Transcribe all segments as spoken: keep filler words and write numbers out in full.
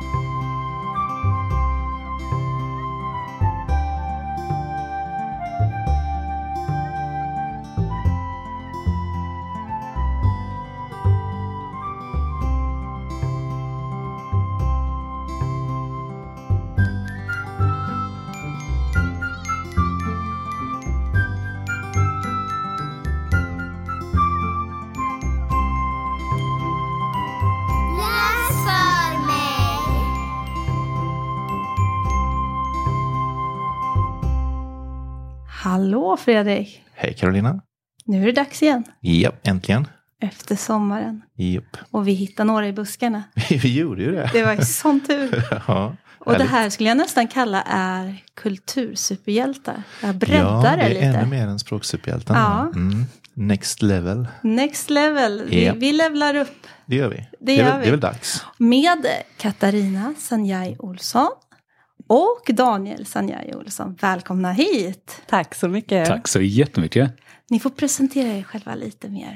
Hallå Fredrik. Hej Carolina. Nu är det dags igen. Japp, äntligen. Efter sommaren. Japp. Och vi hittade några i buskarna. Vi gjorde ju det. Det var ju sån tur. Ja, och det här skulle jag nästan kalla är kultursuperhjältar. Jag breddar ja, det det lite. är ännu mer än språksuperhjältarna. Ja. Mm. Next level. Next level. Vi, Yep. vi levlar upp. Det gör vi. Det, det, är, gör väl, vi. det är väl dags. Med Katarina Sanjay Olsson och Daniel Sanjay Olsson. Välkomna hit. Tack så mycket. Tack så jättemycket. Ni får presentera er själva lite mer.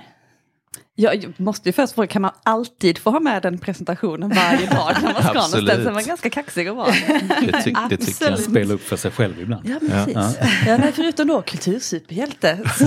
Jag måste ju först fråga, kan man alltid få ha med den presentationen varje dag när man ska någonstans? Så man är ganska kaxig och bra. Det, ty- det tycker jag. Spela upp för sig själv ibland. Ja, precis. Ja. Ja, nej, förutom då kultursuperhjälte så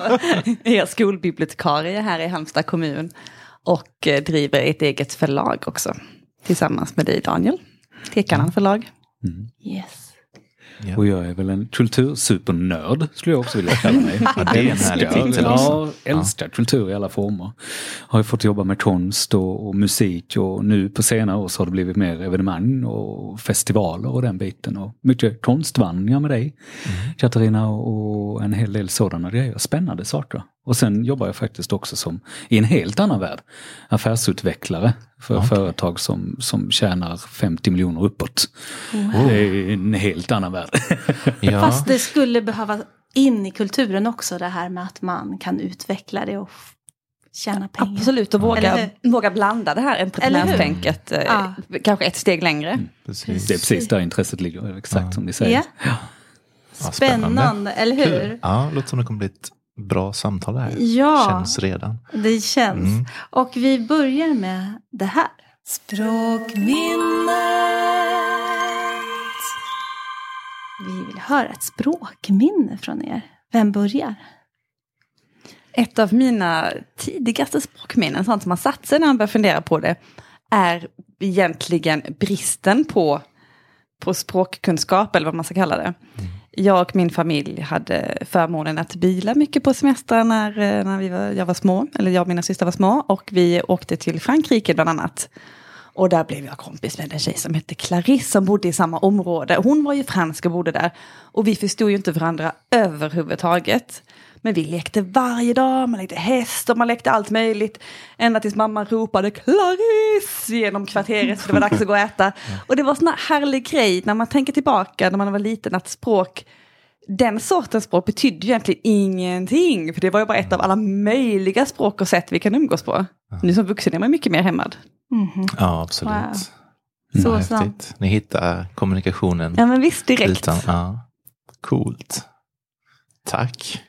är jag skolbibliotekarie här i Halmstad kommun och driver ett eget förlag också. Tillsammans med dig Daniel. Tekanan förlag. Mm. Yes. Ja. Och jag är väl en kultursupernörd skulle jag också vilja kalla mig. Ja, det är en härlig titel Ja, också. älskar kultur i alla former. Har ju fått jobba med konst och, och musik och nu på senare år så har det blivit mer evenemang och festivaler och den biten. Och mycket konstvandringar med dig, mm. Katarina, och en hel del sådana grejer. Spännande saker. Och sen jobbar jag faktiskt också som i en helt annan värld. Affärsutvecklare för okay. företag som, som tjänar femtio miljoner uppåt. Wow. Det är en helt annan värld. Ja. Fast det skulle behöva in i kulturen också det här med att man kan utveckla det och tjäna pengar. Absolut, och våga, våga blanda det här entreprenörstänket ja. kanske ett steg längre. Mm, precis. Det är precis där intresset ligger, exakt ja. som ni säger. Ja. Ja. Spännande, Spännande, eller hur? Kul. Ja, låter som det kommer bli ett bra samtal här. Ja, känns redan. Det känns. Mm. Och vi börjar med det här. Språkminnet. Vi vill höra ett språkminne från er. Vem börjar? Ett av mina tidigaste språkminnen, sånt som man satt sig när man börjar fundera på det, är egentligen bristen på, på språkkunskap, eller vad man ska kalla det. Mm. Jag och min familj hade förmånen att bila mycket på semestrar när, när vi var, jag var små. Eller jag och mina syster var små. Och vi åkte till Frankrike bland annat. Och där blev jag kompis med en tjej som hette Clarisse som bodde i samma område. Hon var ju fransk och bodde där. Och vi förstod ju inte varandra överhuvudtaget. Men vi lekte varje dag, man lekte häst och man lekte allt möjligt. Ända tills mamma ropade Clarisse genom kvarteret så det var dags att gå och äta. Och det var sån här härlig grej när man tänker tillbaka när man var liten att språk, den sortens språk betydde ju egentligen ingenting. För det var ju bara ett av alla möjliga språk och sätt vi kan umgås på. Nu som vuxen är man mycket mer hämmad. Mm-hmm. Ja, absolut. Wow. Så ja, sant. Ni hittar kommunikationen. Ja, men visst, direkt. Utan, ja. Coolt. Tack.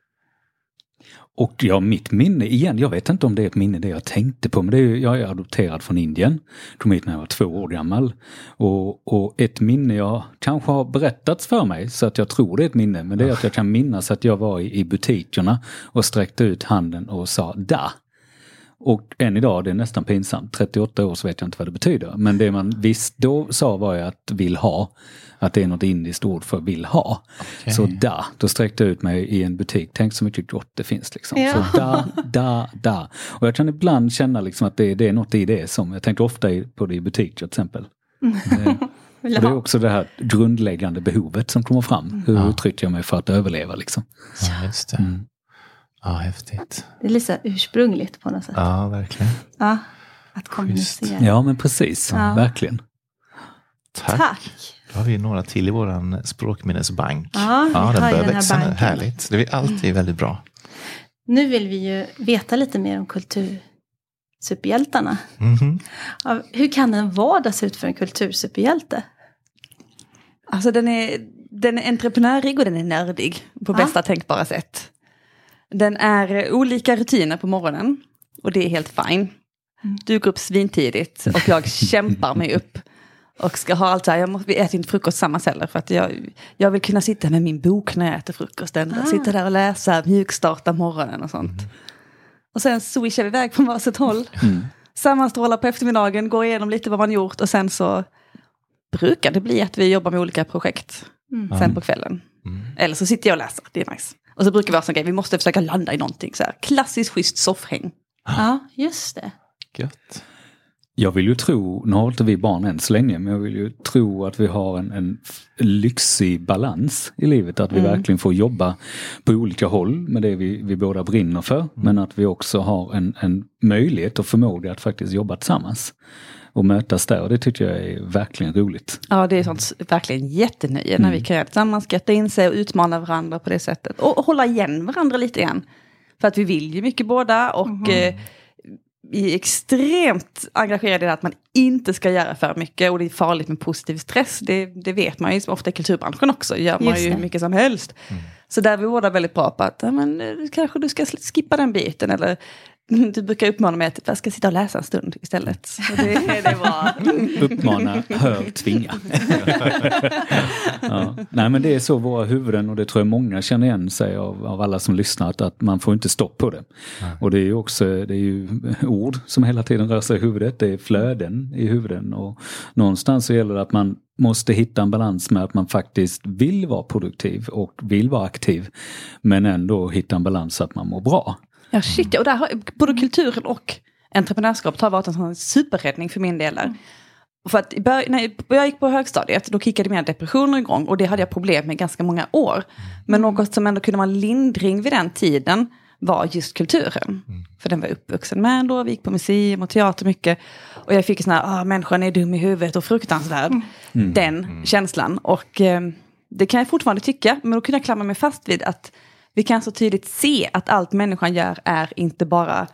Och ja, mitt minne igen, jag vet inte om det är ett minne det jag tänkte på, men det är, jag är adopterad från Indien, kom hit när jag var två år gammal, och, och ett minne jag kanske har berättats för mig så att jag tror det är ett minne, men det är att jag kan minnas att jag var i, i butikerna och sträckte ut handen och sa da. Och än idag, det är nästan pinsamt, trettioåtta år så vet jag inte vad det betyder, men det man visst då sa var jag att vill ha, att det är något indiskt ord för vill ha. Okay. Så da, då sträckte jag ut mig i en butik. Tänk så mycket gott det finns liksom. Ja. Så da, da, da. Och jag kan ibland känna liksom att det, det är något i det som, jag tänker ofta på det i butik till exempel. Mm. Och det är också det här grundläggande behovet som kommer fram. Hur ja. uttrycker jag mig för att överleva liksom. Ja, just det. Mm. Ja, häftigt. Det är lite så ursprungligt på något sätt. Ja, verkligen. Ja, att kommunicera. Ja, men precis. Ja. Verkligen. Tack. Tack. Då har vi några till i våran språkminnesbank. Ja, ja den börjar växa nu. Banken. Härligt. Det är alltid mm. väldigt bra. Nu vill vi ju veta lite mer om kultursuperhjältarna. Mm-hmm. Ja, hur kan en vardag se ut för en kultursuperhjälte? Alltså den är, den är entreprenörig och den är nördig på ja. bästa tänkbara sätt. Den är olika rutiner på morgonen och det är helt fine. Du går upp svintidigt och jag kämpar mig upp Och ska ha allt så här, jag måste, vi äter inte frukost samma heller för att jag, jag vill kunna sitta med min bok när jag äter frukosten. Ah. Sitta där och läsa, mjukstarta morgonen och sånt. Mm. Och sen swishar vi iväg från varsitt håll. Mm. Sammanstrålar på eftermiddagen, går igenom lite vad man gjort och sen så brukar det bli att vi jobbar med olika projekt mm. sen på kvällen. Mm. Eller så sitter jag och läser, det är nice. Och så brukar vi ha sån grej, vi måste försöka landa i någonting så här. Klassiskt schysst soffhäng. Ja, just det. Gött. Jag vill ju tro, nu har inte vi barn än så länge, men jag vill ju tro att vi har en, en lyxig balans i livet. Att vi mm. verkligen får jobba på olika håll med det vi, vi båda brinner för. Mm. Men att vi också har en, en möjlighet och förmåga att faktiskt jobba tillsammans. Och mötas där, och det tycker jag är verkligen roligt. Ja, det är sånt verkligen jättenöje mm. när vi kan göra tillsammans, skratta in sig och utmana varandra på det sättet. Och, och hålla igen varandra lite grann. För att vi vill ju mycket båda och mm. eh, vi är extremt engagerade i att man inte ska göra för mycket. Och det är farligt med positiv stress, det, det vet man ju. Ofta i kulturbranschen också gör man ju hur mycket som helst. Mm. Så där är vi båda väldigt bra på att ja, men, kanske du ska skippa den biten eller... Du brukar uppmana mig att jag ska sitta och läsa en stund istället. Så det, det var... Uppmana, hör, tvinga. Ja. Nej, men det är så våra huvuden, och det tror jag många känner igen sig av, av alla som lyssnar, att, att man får inte stopp på det. Nej. Och det är ju också det är ju ord som hela tiden rör sig i huvudet. Det är flöden i huvuden, och någonstans så gäller det att man måste hitta en balans med att man faktiskt vill vara produktiv och vill vara aktiv, men ändå hitta en balans så att man mår bra. Ja, shit. Och där har både kulturen och entreprenörskapet har varit en sån superräddning för min del. Mm. För att bör, när jag gick på högstadiet, då kickade mina depressioner igång, och det hade jag problem med ganska många år. Men något som ändå kunde vara lindring vid den tiden var just kulturen. Mm. För den var uppvuxen med då, vi gick på museum och teater mycket. Och jag fick sån här, ah, människan är dum i huvudet och fruktansvärd. Mm. Den mm. känslan. Och eh, det kan jag fortfarande tycka, men då kunde jag klamra mig fast vid att vi kan så tydligt se att allt människan gör är inte bara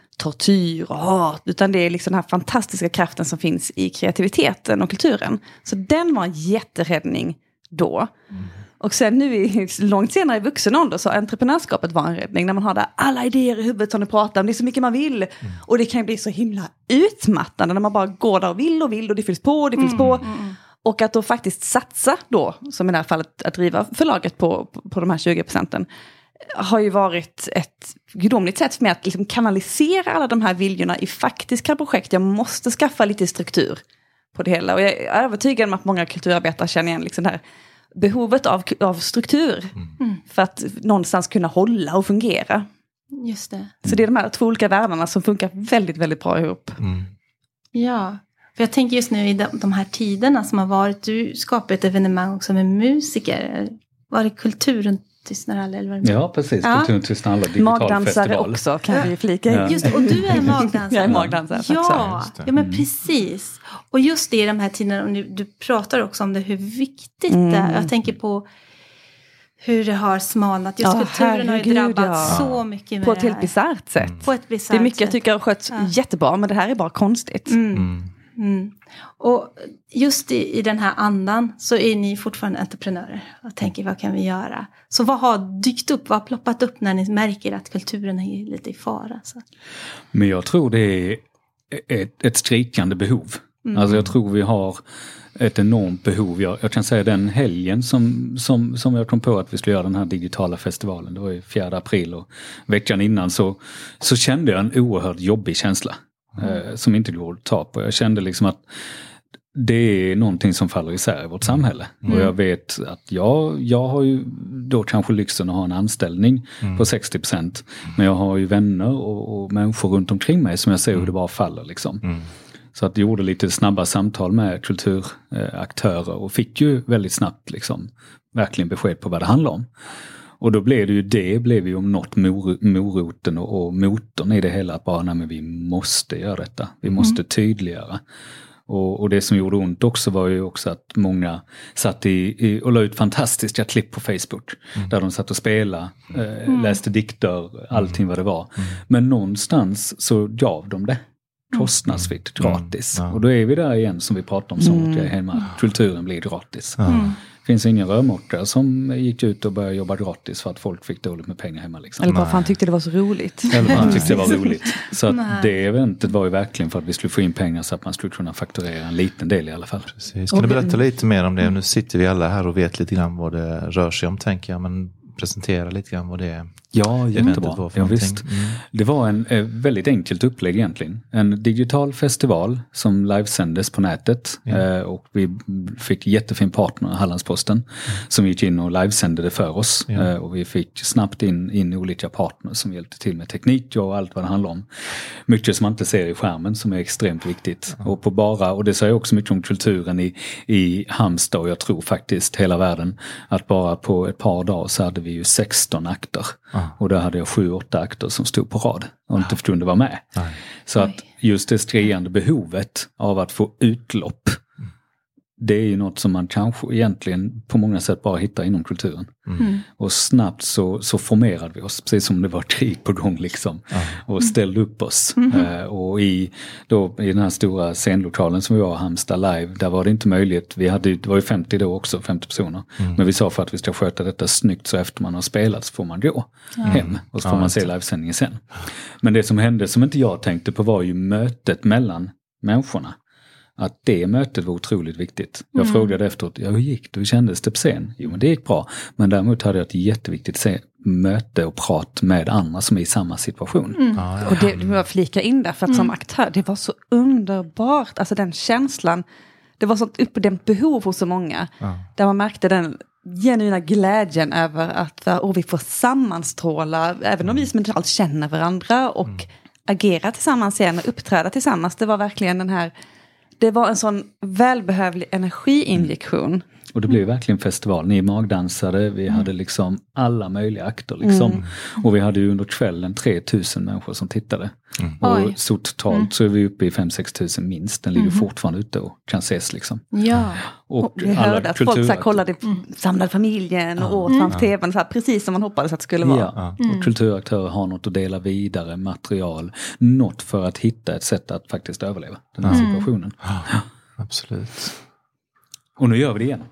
tortyr och hat, utan det är liksom den här fantastiska kraften som finns i kreativiteten och kulturen. Så den var en jätteräddning då. Mm. Och sen nu i, långt senare i vuxen ålder så entreprenörskapet var en räddning, när man har där alla idéer i huvudet som du pratar om, det är så mycket man vill. Mm. Och det kan bli så himla utmattande när man bara går där och vill och vill och det fylls på och det fylls mm. på. Mm. Och att då faktiskt satsa då, som i det här fallet att driva förlaget på, på, på de här tjugo procenten, har ju varit ett gudomligt sätt för mig att liksom kanalisera alla de här viljorna i faktiska projekt. Jag måste skaffa lite struktur på det hela. Och jag är övertygad om att många kulturarbetare känner igen liksom det här behovet av, av struktur. Mm. För att någonstans kunna hålla och fungera. Just det. Så det är de här två olika världarna som funkar väldigt, väldigt bra ihop. Mm. Ja, för jag tänker just nu i de, de här tiderna som har varit, du skapade ett evenemang också med musiker. Var det kulturen? Eller vad det ja, precis. Ja. Kulturen tystnar alla digital magdansare festival. Också, kan vi flika ja. Just, och du är magdansare. Jag är magdansare ja. också. Ja, men precis. Och just det i de här tiderna, och nu, du pratar också om det, hur viktigt mm. det är. Jag tänker på hur det har smalnat. Just ja, kulturen herregud, har ju drabbat ja. så mycket med på ett helt bisarrt sätt. Mm. På ett bisarrt det är mycket jag tycker har skötts ja. jättebra, men det här är bara konstigt. Mm. Mm. Mm. Och just i, i den här andan så är ni fortfarande entreprenörer och tänker vad kan vi göra? Så vad har dykt upp, vad har ploppat upp när ni märker att kulturen är lite i fara? Så? Men jag tror det är ett, ett skrikande behov. Mm. Alltså jag tror vi har ett enormt behov. Jag, jag kan säga den helgen som, som, som jag kom på att vi skulle göra den här digitala festivalen, det var ju fjärde april, och veckan innan så, så kände jag en oerhört jobbig känsla. Mm. Som inte går att ta på. Jag kände liksom att det är någonting som faller isär i vårt samhälle. Mm. Och jag vet att jag, jag har ju då kanske lyxen att ha en anställning mm. på sextio procent. Men jag har ju vänner och, och människor runt omkring mig som jag ser mm. hur det bara faller liksom. Mm. Så att jag gjorde lite snabba samtal med kulturaktörer och fick ju väldigt snabbt liksom verkligen besked på vad det handlar om. Och då blev det ju det, blev ju om något mor, moroten och, och motorn i det hela. Att bara, nej men vi måste göra detta. Vi måste mm. tydliggöra. Och, och det som gjorde ont också var ju också att många satt i, i och la ut fantastiska klipp på Facebook. Mm. Där de satt och spelade, eh, mm. läste dikter, allting vad det var. Mm. Men någonstans så gav de det. Kostnadsfritt, gratis. Mm. Ja. Och då är vi där igen som vi pratar om sånt. Mm. Jag är hemma. Kulturen blir gratis. Mm. finns ingen rörmokare som gick ut och började jobba gratis för att folk fick dåligt med pengar hemma. Liksom. Eller bara för han tyckte det var så roligt. Eller för han tyckte det var roligt. Så att det eventet var ju verkligen för att vi skulle få in pengar så att man skulle kunna fakturera en liten del i alla fall. Precis. Kan du berätta lite mer om det? Nu sitter vi alla här och vet lite grann vad det rör sig om, tänker jag. Men presentera lite grann vad det är. Ja, jättebra. Ja, visst. Mm. Det var en eh, väldigt enkelt upplägg egentligen. En digital festival som livesändes på nätet. Ja. Eh, och vi fick jättefin partner, Hallandsposten, mm. som gick in och livesände det för oss. Ja. Eh, och vi fick snabbt in, in olika partners som hjälpte till med teknik och allt vad det handlar om. Mycket som man inte ser i skärmen som är extremt viktigt. Ja. Och på bara, och det säger också mycket om kulturen i, i Halmstad och jag tror faktiskt hela världen. Att bara på ett par dagar så hade vi ju sexton akter. Ja. Och då hade jag sju, åtta akter som stod på rad och inte kunde vara med. Nej. Så att just det skriande behovet av att få utlopp, mm. det är ju något som man kanske egentligen på många sätt bara hittar inom kulturen. Mm. Och snabbt så, så formerade vi oss, precis som det var krig på gång liksom. Mm. Och ställde upp oss. Mm. Uh, och i, då, i den här stora scenlokalen som vi var, Halmstad Live, där var det inte möjligt. Vi hade, det var ju femtio då också, femtio personer. Mm. Men vi sa för att vi ska sköta detta snyggt så efter man har spelat så får man gå mm. hem. Och så får mm. man se livesändningen sen. Men det som hände som inte jag tänkte på var ju mötet mellan människorna. Att det mötet var otroligt viktigt. Jag mm. frågade efteråt, ja, hur gick det? Hur kändes det på scen? Jo, men det gick bra. Men däremot hade jag ett jätteviktigt se- möte och prat med andra som är i samma situation. Mm. Ah, ja. Och det vill jag flika in där, för att mm. som aktör, det var så underbart. Alltså den känslan, det var sånt uppdämt behov hos så många. Ah. Där man märkte den genuina glädjen över att oh, vi får sammanstråla, även om vi som inte alls känner varandra och mm. agera tillsammans igen och uppträda tillsammans. Det var verkligen den här, det var en sån välbehövlig energiinjektion. Mm. Och det blev verkligen festival. Ni magdansade, vi mm. hade liksom alla möjliga akter liksom. Mm. Och vi hade ju under kvällen tre tusen människor som tittade. Mm. Och Oj. så totalt mm. så är vi uppe i fem sex tusen minst. Den ligger mm. fortfarande ute och kan ses liksom. Ja. Och, och vi hörde att folk så här, kollade, mm. samlade familjen och åt mm. framför tvn så här, precis som man hoppades att det skulle vara. Ja. Mm. Och kulturaktörer har något att dela vidare, material, något för att hitta ett sätt att faktiskt överleva den här mm. situationen. Ja, absolut. Och nu gör vi det igen.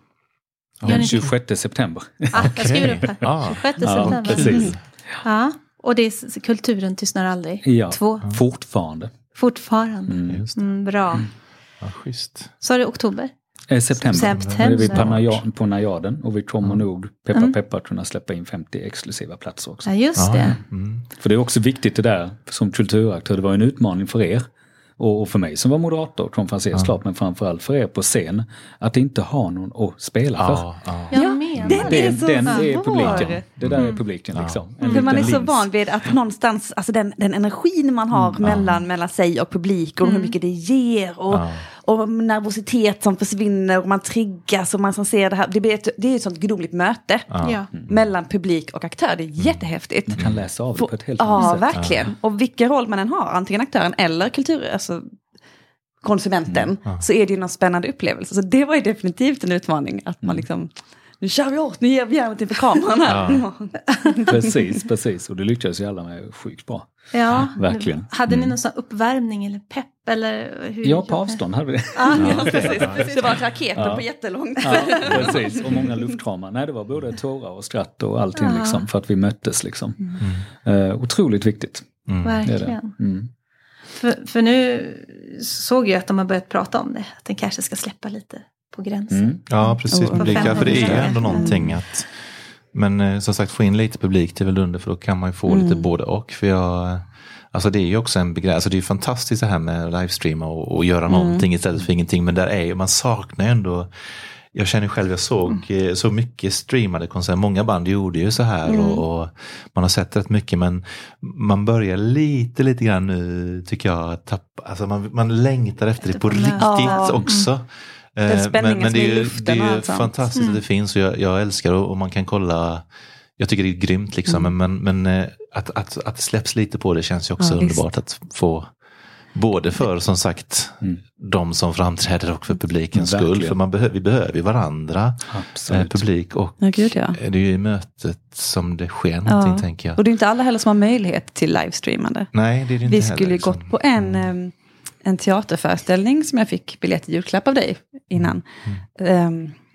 Den tjugosjätte september. Ah, okay. Jag skriver upp här. Ah. tjugosjätte september. Ja, precis. Ja, och det är kulturen tystnar aldrig. Ja, Två. fortfarande. Fortfarande. Mm. Just mm, bra. Mm. Ja, schysst. Så är det oktober? Eh, september. September. Nu är vi på, naja- på Najaden och vi kommer mm. nog peppa mm. peppa kunna släppa in femtio exklusiva platser också. Ja, just det. Mm. För det är också viktigt det där som kulturaktör. Det var en utmaning för er. Och för mig som var moderator, konferenser ja. klart, men framförallt för er på scen, att inte ha någon att spela för. Ja, ja. Jag menar det. Det är, så den är publiken. Det där är publiken mm. liksom. För man är lins. så van vid att någonstans, alltså den, den energin man har mm. mellan, mellan sig och publik och mm. hur mycket det ger och, ja. och nervositet som försvinner och man triggas och man som ser det här. Det, blir ett, det är ett sånt gudomligt möte ja. Mm. mellan publik och aktör. Det är jättehäftigt. Man kan läsa av det på ett helt annat sätt. Ja, verkligen. Ja. Och vilken roll man än har, antingen aktören eller kultur, alltså konsumenten, mm. ja. så är det ju någon spännande upplevelse. Så det var ju definitivt en utmaning att man liksom, nu kör vi åt, nu ger vi järnet inför kameran här. Ja. precis, precis. Och det lyckades ju alla med sjukt bra. Ja, verkligen. Hade ni någon sån uppvärmning eller pepp? Eller hur ja, på avstånd hade vi det. Ah, ja, precis, precis. Det var raketer ja. på jättelångt. Ja, precis. Och många luftkramar. Nej, det var både tårar och skratt och allting ja. liksom, för att vi möttes liksom. Mm. Uh, otroligt viktigt. Mm. Verkligen. Det mm. För, för nu såg jag att de har börjat prata om det. Att den kanske ska släppa lite på gränsen. Mm. Ja, precis. Publik, ja, för det är ju ändå någonting att... Men eh, som sagt, få in lite publik till väl under, för då kan man ju få mm. lite både och. För jag... Alltså det är ju också en begränsning. Alltså det är ju fantastiskt det här med livestreama och, och göra mm. någonting istället för ingenting. Men där är ju, man saknar ju ändå... Jag känner själv, jag såg mm. så mycket streamade konserter. Många band gjorde ju så här mm. och, och man har sett rätt mycket, men man börjar lite, lite grann nu tycker jag tappa, alltså man, man längtar efter, efter det på riktigt ja. också. Mm. Eh, men, men det är ju, det är ju fantastiskt mm. att det finns och jag, jag älskar och, och man kan kolla, jag tycker det är grymt liksom, mm. men, men, men att, att, att det släpps lite på det känns ju också ja, underbart att få. Både för, som sagt, mm. de som framträder och för publikens Verkligen. skull. För man behöver, vi behöver ju varandra, eh, publik. Och ja, gud, ja. det är ju i mötet som det sker någonting, ja. tänker jag. Och det är inte alla heller som har möjlighet till livestreamande. Nej, det är det inte Vi skulle ju gått på en, mm. en teaterföreställning som jag fick biljett i julklapp av dig innan. Mm. Um,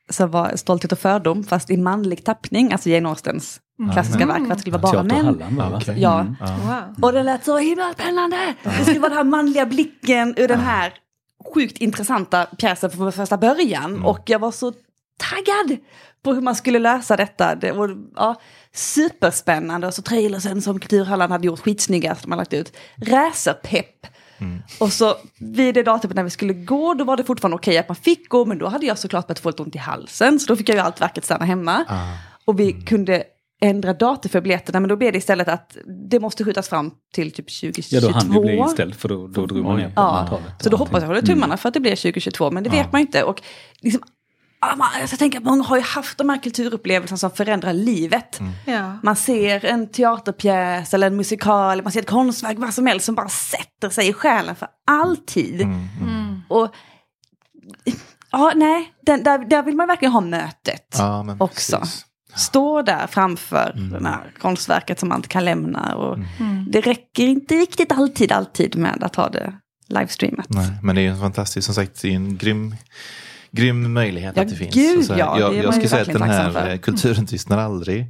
som var Stolthet och fördom, fast i manlig tappning, alltså Jane Austens klassiska verk, för att det skulle vara bara män. Halland, va? Okay. Ja. Mm. Wow. Och det lät så himla spännande. Det skulle vara den här manliga blicken ur den här sjukt intressanta pjäsen från första början. Mm. Och jag var så taggad på hur man skulle lösa detta. Det var ja, superspännande. Och så trailersen som Kulturhallen hade gjort skitsnygga som man lagt ut. Räserpepp. Mm. Och så vid det datumet när vi skulle gå, då var det fortfarande okej att man fick gå, men då hade jag såklart börjat få lite ont i halsen, så då fick jag ju allt verket stanna hemma. Ah. Och vi mm. kunde ändra datum för biljetterna, men då blev det istället att det måste skjutas fram till typ tjugo tjugotvå. Ja, då hann det bli inställt, för då, då drog man ner på ja. antalet. Så då hoppas jag håller tummarna mm. för att det blir tjugo tjugotvå, men det ja. vet man inte. Och liksom, jag tänker att många har ju haft de här kulturupplevelserna som förändrar livet. Mm. Ja. Man ser en teaterpjäs eller en musikal, man ser ett konstverk, vad som helst som bara sätter sig i själen för alltid. Mm. Mm. Och ja, nej, den, där, där vill man verkligen ha mötet ja, men också. Precis. Stå där framför mm. den här konstverket som man inte kan lämna. Och mm. det räcker inte riktigt alltid, alltid med att ha det livestreamat. Nej, men det är ju fantastiskt, som sagt, det är en grym... grym möjlighet ja, att det finns. Gud, så här, ja, jag jag skulle säga att den här för. kulturen tystnar aldrig.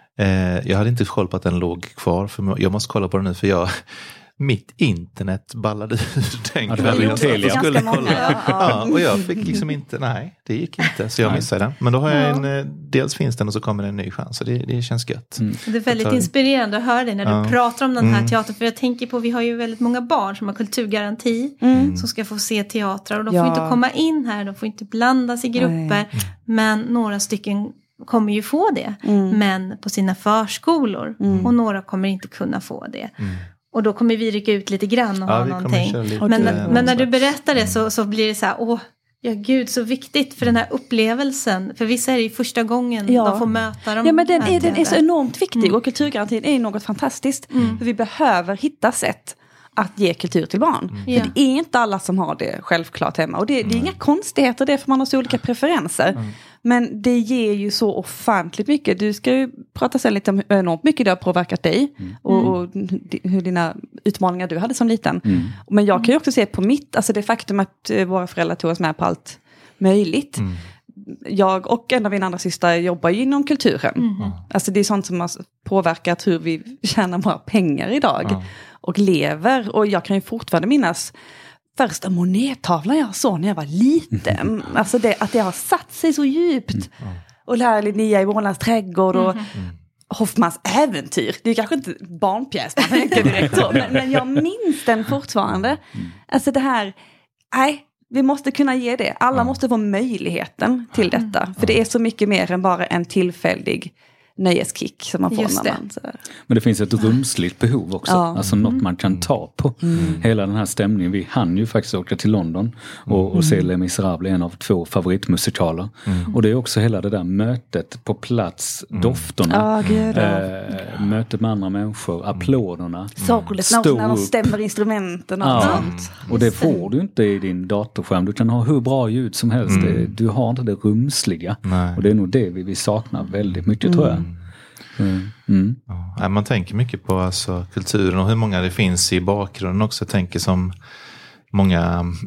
Eh, jag hade inte koll på att den låg kvar. För jag måste kolla på den nu, för jag mitt internet ballade ur den ja, kvällen. Jag skulle kolla. Många, ja. Ja, och jag fick liksom inte, nej, det gick inte. Så jag missade den. Men då har jag en, dels finns den och så kommer det en ny chans. Så det, det känns gött. Mm. Det är väldigt tar... inspirerande att höra dig när du ja. pratar om den här mm. teatern. För jag tänker på, vi har ju väldigt många barn som har kulturgaranti. Mm. Som ska få se teatrar. Och de ja. får inte komma in här, de får inte blandas i grupper. Nej. Men några stycken kommer ju få det. Mm. Men på sina förskolor. Mm. Och några kommer inte kunna få det. Mm. Och då kommer vi rycka ut lite grann och ja, ha någonting. Men, men när du berättar det så, så blir det så här, åh, ja gud, så viktigt för den här upplevelsen. För vissa är det ju första gången ja. de får möta dem. Ja, men den är, den är så enormt viktig mm. och kulturgarantin är något fantastiskt. Mm. För vi behöver hitta sätt att ge kultur till barn. Mm. För ja. det är inte alla som har det självklart hemma. Och det, det är inga konstigheter, det är för man har så olika preferenser. Mm. Men det ger ju så ofantligt mycket. Du ska ju prata sen lite om hur enormt mycket det har påverkat dig. Mm. Och, och hur dina utmaningar du hade som liten. Mm. Men jag kan ju också se på mitt, alltså det faktum att våra föräldrar tog oss med på allt möjligt. Mm. Jag och en av mina andra systrar jobbar ju inom kulturen. Mm. Alltså det är sånt som har påverkat hur vi tjänar våra pengar idag. Mm. Och lever. Och jag kan ju fortfarande minnas första monettavlan jag såg när jag var liten. Mm. Alltså det, att det har satt sig så djupt. Mm. Och Lära Linnea i Vårlands trädgård och mm. Hoffmans äventyr. Det är kanske inte barnpjäs man tänker direkt så. Men, men jag minns den fortfarande. Mm. Alltså det här, nej, vi måste kunna ge det. Alla mm. måste få möjligheten till detta. Mm. För det är så mycket mer än bara en tillfällig nöjeskick som man får när man... Så. Men det finns ett rumsligt behov också. Ja. Alltså något man kan ta på. Mm. Hela den här stämningen. Vi hann ju faktiskt åka till London och, och se Les Misérables, en av två favoritmusikaler. Mm. Och det är också hela det där mötet på plats, mm. dofterna, oh, God, äh, mötet med andra människor, applåderna. Sakulet mm. när de stämmer instrumenten och ja. sånt. Och det får du inte i din datorskärm. Du kan ha hur bra ljud som helst. Mm. Du har inte det rumsliga. Nej. Och det är nog det vi, vi saknar väldigt mycket mm. tror jag. Mm. Mm. Ja, man tänker mycket på alltså, kulturen och hur många det finns i bakgrunden också. Jag tänker som många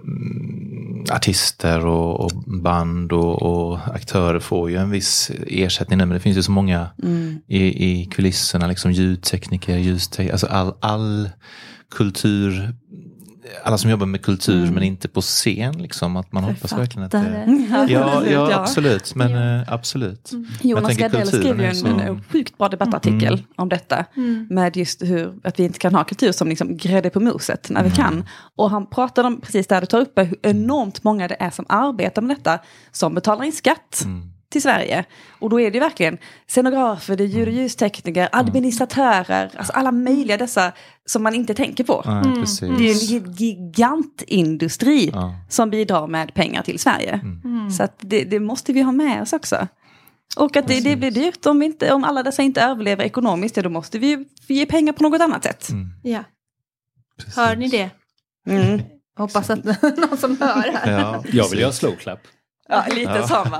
mm, artister och, och band och, och aktörer får ju en viss ersättning. Men det finns ju så många mm. i, i kulisserna, liksom ljudtekniker, ljustekniker, alltså all, all kultur, alla som jobbar med kultur mm. men inte på scen liksom, att man hoppas verkligen att det... Ja, ja absolut, men ja. Äh, absolut. Mm. Jonas Gardell skrev ju en, så... en sjukt bra debattartikel mm. om detta mm. med just hur att vi inte kan ha kultur som liksom grädde på moset när vi mm. kan. Och han pratade om precis där du tar upp hur enormt många det är som arbetar med detta som betalar in skatt. Mm. till Sverige. Och då är det verkligen scenografer, det är ljud- och ljustekniker, administratörer, alltså alla möjliga dessa som man inte tänker på. Ja, mm. Det är en gigantindustri ja. som bidrar med pengar till Sverige. Mm. Så att det, det måste vi ha med oss också. Och att det, det blir dyrt om, vi inte, om alla dessa inte överlever ekonomiskt, då måste vi ge pengar på något annat sätt. Mm. Ja. Precis. Hör ni det? Mm. Hoppas att någon som hör här. Ja, jag vill göra slow clap. Ja, lite ja. samma.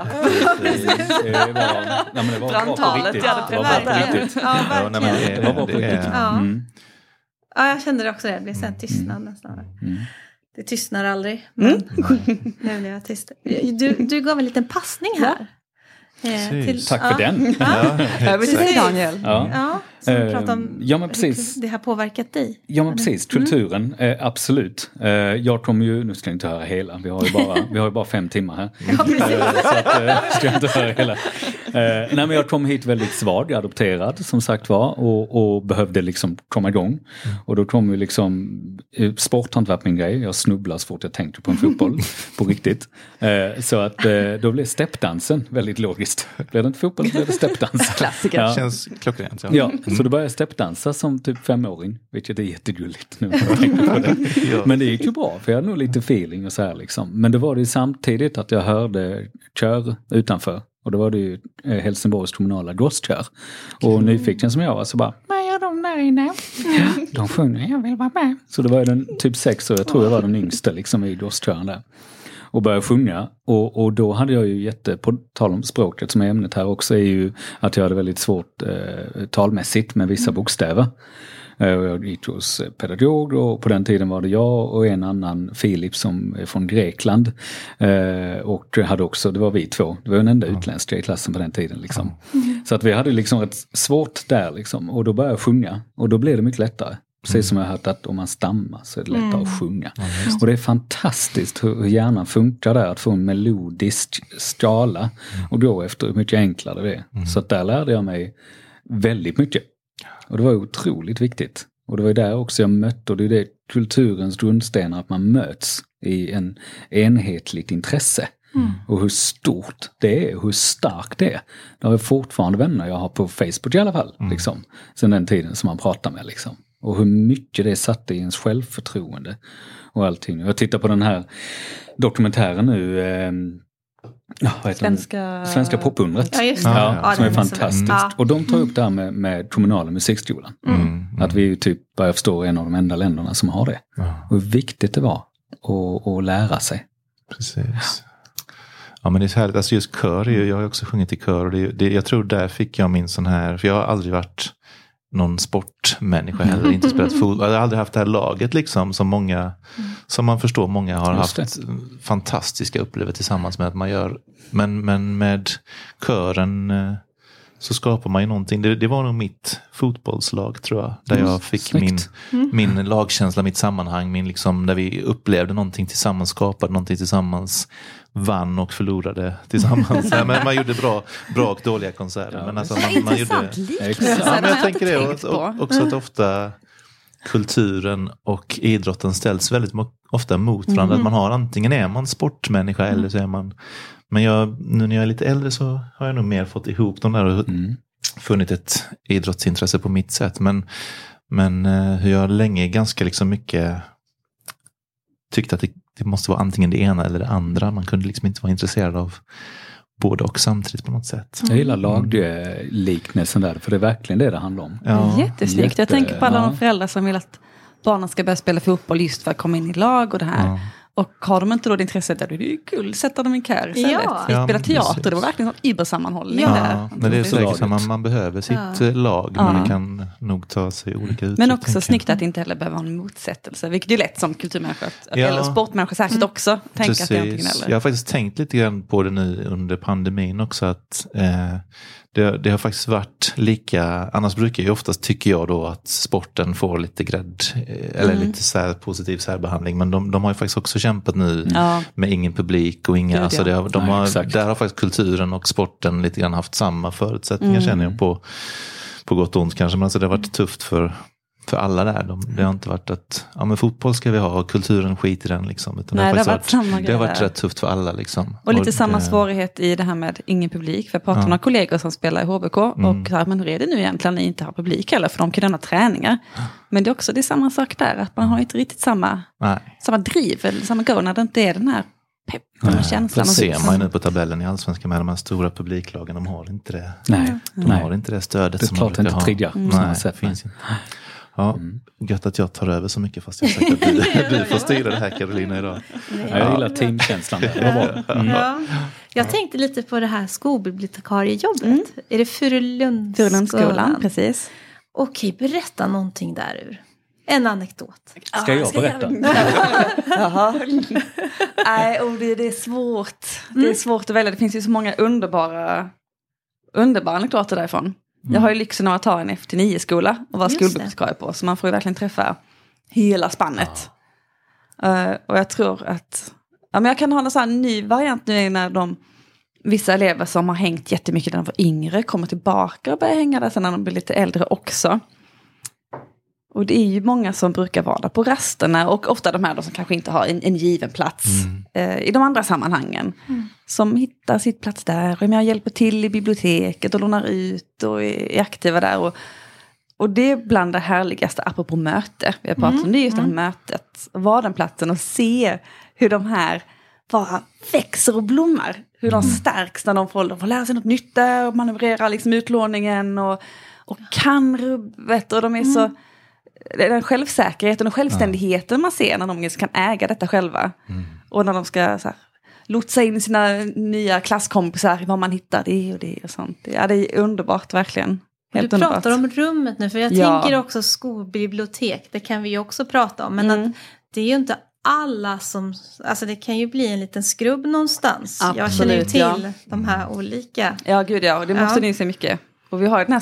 Det var brandtalet jag hade preppat. Ja, verkligen. Det var bra på riktigt. Ja. Mm. Ja, jag kände det också det. Det blev sen tystnad mm. nästan. Mm. Det tystnar aldrig. Men mm. nu blir jag tyst. Du, du gav en liten passning här. Eh, till, Tack ja. för den. Ja. Över till dig, Daniel. Ja. Ja, som Eh, pratar om ja, men precis. hur det har påverkat dig. Ja men precis, kulturen, eh, absolut. Eh, jag kommer ju, nu ska jag inte höra hela, vi har ju bara, vi har ju bara fem timmar här. Ja, precis. Eh, så att, eh, ska jag inte höra hela. Eh, nej men jag kom hit väldigt svag, adopterad som sagt var och, och behövde liksom komma igång. Mm. Och då kom ju liksom, eh, sport har inte varit min grej, jag snubblar så fort jag tänkte på en fotboll, på riktigt. Eh, så att eh, då blev steppdansen väldigt logiskt. Blev det inte fotboll så blev det steppdans. Klassiker. Ja. Känns klockrent. Ja, ja mm. Så då började jag steppdansa som typ femåring, vilket är jättegulligt nu när jag tänker på det. Ja. Men det gick ju bra för jag hade nog lite feeling och så här liksom. Men det var det ju samtidigt att jag hörde kör utanför. Och då var det ju Helsingborgs kommunala gosskör. Och mm. nyfiken som jag var så bara, vad gör de där inne? De sjunger, jag vill vara med. Så det var den typ sex år, jag tror jag var den yngsta liksom i gosskören där. Och började sjunga. Och, och då hade jag ju jätte, på tal om språket som är ämnet här också, är ju att jag hade väldigt svårt eh, talmässigt med vissa bokstäver. Eh, och jag gick hos pedagog och på den tiden var det jag och en annan Filip som är från Grekland. Eh, och hade också, det var vi två, det var den enda utländska i klassen på den tiden liksom. Mm. Så att vi hade liksom ett svårt där liksom. Och då började jag sjunga och då blev det mycket lättare. Precis mm. som jag har hört att om man stammar så är det lättare mm. att sjunga. Ja, och det är fantastiskt hur hjärnan funkar där. Att få en melodisk skala mm. och gå efter hur mycket enklare det är. Mm. Så att där lärde jag mig väldigt mycket. Och det var otroligt viktigt. Och det var där också jag mötte, och det är det kulturens grundstenar, att man möts i en enhetligt intresse. Mm. Och hur stort det är, hur starkt det är. Det har jag fortfarande vänner jag har på Facebook i alla fall. Mm. Liksom, sen den tiden som man pratar med liksom. Och hur mycket det satte i ens självförtroende och allting. Jag tittar på den här dokumentären nu. Eh, ja, vad heter Svenska... Svenska popundret. Ja, just det. Ja, ja, som är är fantastiskt. Ja. Och de tar upp det här med, med kommunala musikskolan. Mm. Mm. Att vi typ, vad jag förstår, är en av de enda länderna som har det. Mm. Och hur viktigt det var att, att lära sig. Precis. Ja, men det är så härligt. Alltså just kör, jag har också sjungit i kör. Och det, det, jag tror där fick jag min sån här, för jag har aldrig varit någon sportmänniska heller, inte spelat fotboll. Jag har aldrig haft det här laget liksom som många, mm. som man förstår många har haft fantastiska upplevelser tillsammans med att man gör. Men, men med kören så skapar man ju någonting. Det, det var nog mitt fotbollslag tror jag. Där jag fick min, mm. min lagkänsla, mitt sammanhang, min liksom, där vi upplevde någonting tillsammans, skapade någonting tillsammans, vann och förlorade tillsammans. Ja, men man gjorde bra, bra och dåliga konserter. Ja, men alltså, man, man gjorde, ja, men jag tänker det och, och, också att ofta kulturen och idrotten ställs väldigt ofta mot varandra. Mm. Att man har, antingen är man sportmänniska mm. eller så är man. Men jag, nu när jag är lite äldre så har jag nog mer fått ihop de där och mm. funnit ett idrottsintresse på mitt sätt. Men, men hur jag länge ganska liksom mycket tyckte att det, det måste vara antingen det ena eller det andra. Man kunde liksom inte vara intresserad av både och samtidigt på något sätt. Jag gillar lagliknelsen där, för det är verkligen det det handlar om. Ja. Jättesnyggt. Jätte, jag tänker på alla ja. de föräldrar som vill att barnen ska börja spela fotboll just för att komma in i lag och det här. Ja. Och har de inte då det intresset, där är det ju kul, sätta dem i kör istället. Ja. Vi spelar teater, precis. Det var verkligen en ibersammanhållning. Ja, där. Men det är så liksom, man, man behöver sitt ja. lag, men ja. det kan nog ta sig olika uttryck. Men också snyggt att det inte heller behöver ha en motsättelse, vilket är lätt som kulturmänniska, ja. eller sportmänniska säkert mm. också, tänka att det är antingen eller. Jag har faktiskt tänkt lite grann på det nu under pandemin också, att eh, det, det har faktiskt varit lika, annars brukar ju oftast, tycker jag då, att sporten får lite grädd, eller mm. lite så här positiv särbehandling, men de, de har ju faktiskt också kämpat nu ja. med ingen publik och inga, Gud, alltså det har, de har, ja, där har faktiskt kulturen och sporten lite grann haft samma förutsättningar mm. känner jag på, på gott och ont kanske, men alltså det har varit tufft för för alla där. De, det har inte varit att ja, men fotboll ska vi ha och kulturen skit i den liksom. Utan Nej, det har, det har varit, varit, det har varit rätt tufft för alla liksom. Och lite och samma det, svårighet i det här med ingen publik. För jag pratar med ja. kollegor som spelar i H B K mm. och så här, men hur är det nu egentligen när ni inte har publik heller? För de kan ha träningar. Men det är också det är samma sak där. Att man har inte riktigt samma, samma driv eller samma go när det inte är den här peppen och känslan. Det ser man ju nu på tabellen i Allsvenskan med de här stora publiklagen. De har inte det. Nej. De Nej. har inte det stödet det som man brukar ha. Det är klart inte triggar. Nej, det finns inte. Ja, mm. gött att jag tar över så mycket fast jag sagt att du, du får styra det här, Carolina, idag. Ja, jag gillar teamkänslan. Det var bra. Mm. Ja. Jag tänkte lite på det här skolbibliotekariejobbet. Mm. Är det Furulundsskolan? Furulundsskolan, precis. Okej, berätta någonting där ur. En anekdot. Ska jag ska berätta? Jaha. Nej, och det, det är svårt. Det är svårt att välja. Det finns ju så många underbara underbara anekdoter därifrån. Mm. Jag har ju lyxen av att ta en F T nio-skola och vara skolbibliotekarie på. Så man får ju verkligen träffa hela spannet. Ja. Uh, och jag tror att ja, men jag kan ha en sån här ny variant nu när de vissa elever som har hängt jättemycket när de var yngre kommer tillbaka och börjar hänga där sen när de blir lite äldre också. Och det är ju många som brukar vara där på rasterna och ofta de här då som kanske inte har en, en given plats mm. eh, i de andra sammanhangen. Mm. Som hittar sitt plats där och jag hjälper till i biblioteket och lånar ut och är aktiva där. Och, och det är bland det härligaste apropå möte. Vi har pratat mm. om det just det här mm. mötet. Vara den platsen och se hur de här bara växer och blommar. Hur de stärks när de får, de får lära sig något nytt där och manövrera liksom utlåningen och, och kan rubbet och de är mm. så den självsäkerheten och självständigheten man ser när de kan äga detta själva. Mm. Och när de ska så här, lotsa in sina nya klasskompisar vad man hittar det och det och sånt. Ja, det är underbart verkligen. Helt du underbart. Pratar om rummet nu för jag ja. tänker också skolbibliotek, det kan vi ju också prata om. Men mm. att det är ju inte alla som, alltså det kan ju bli en liten skrubb någonstans. Absolut, jag känner ju till ja. de här olika. Ja, gud ja, och det måste ja. ni se mycket. Och vi har den här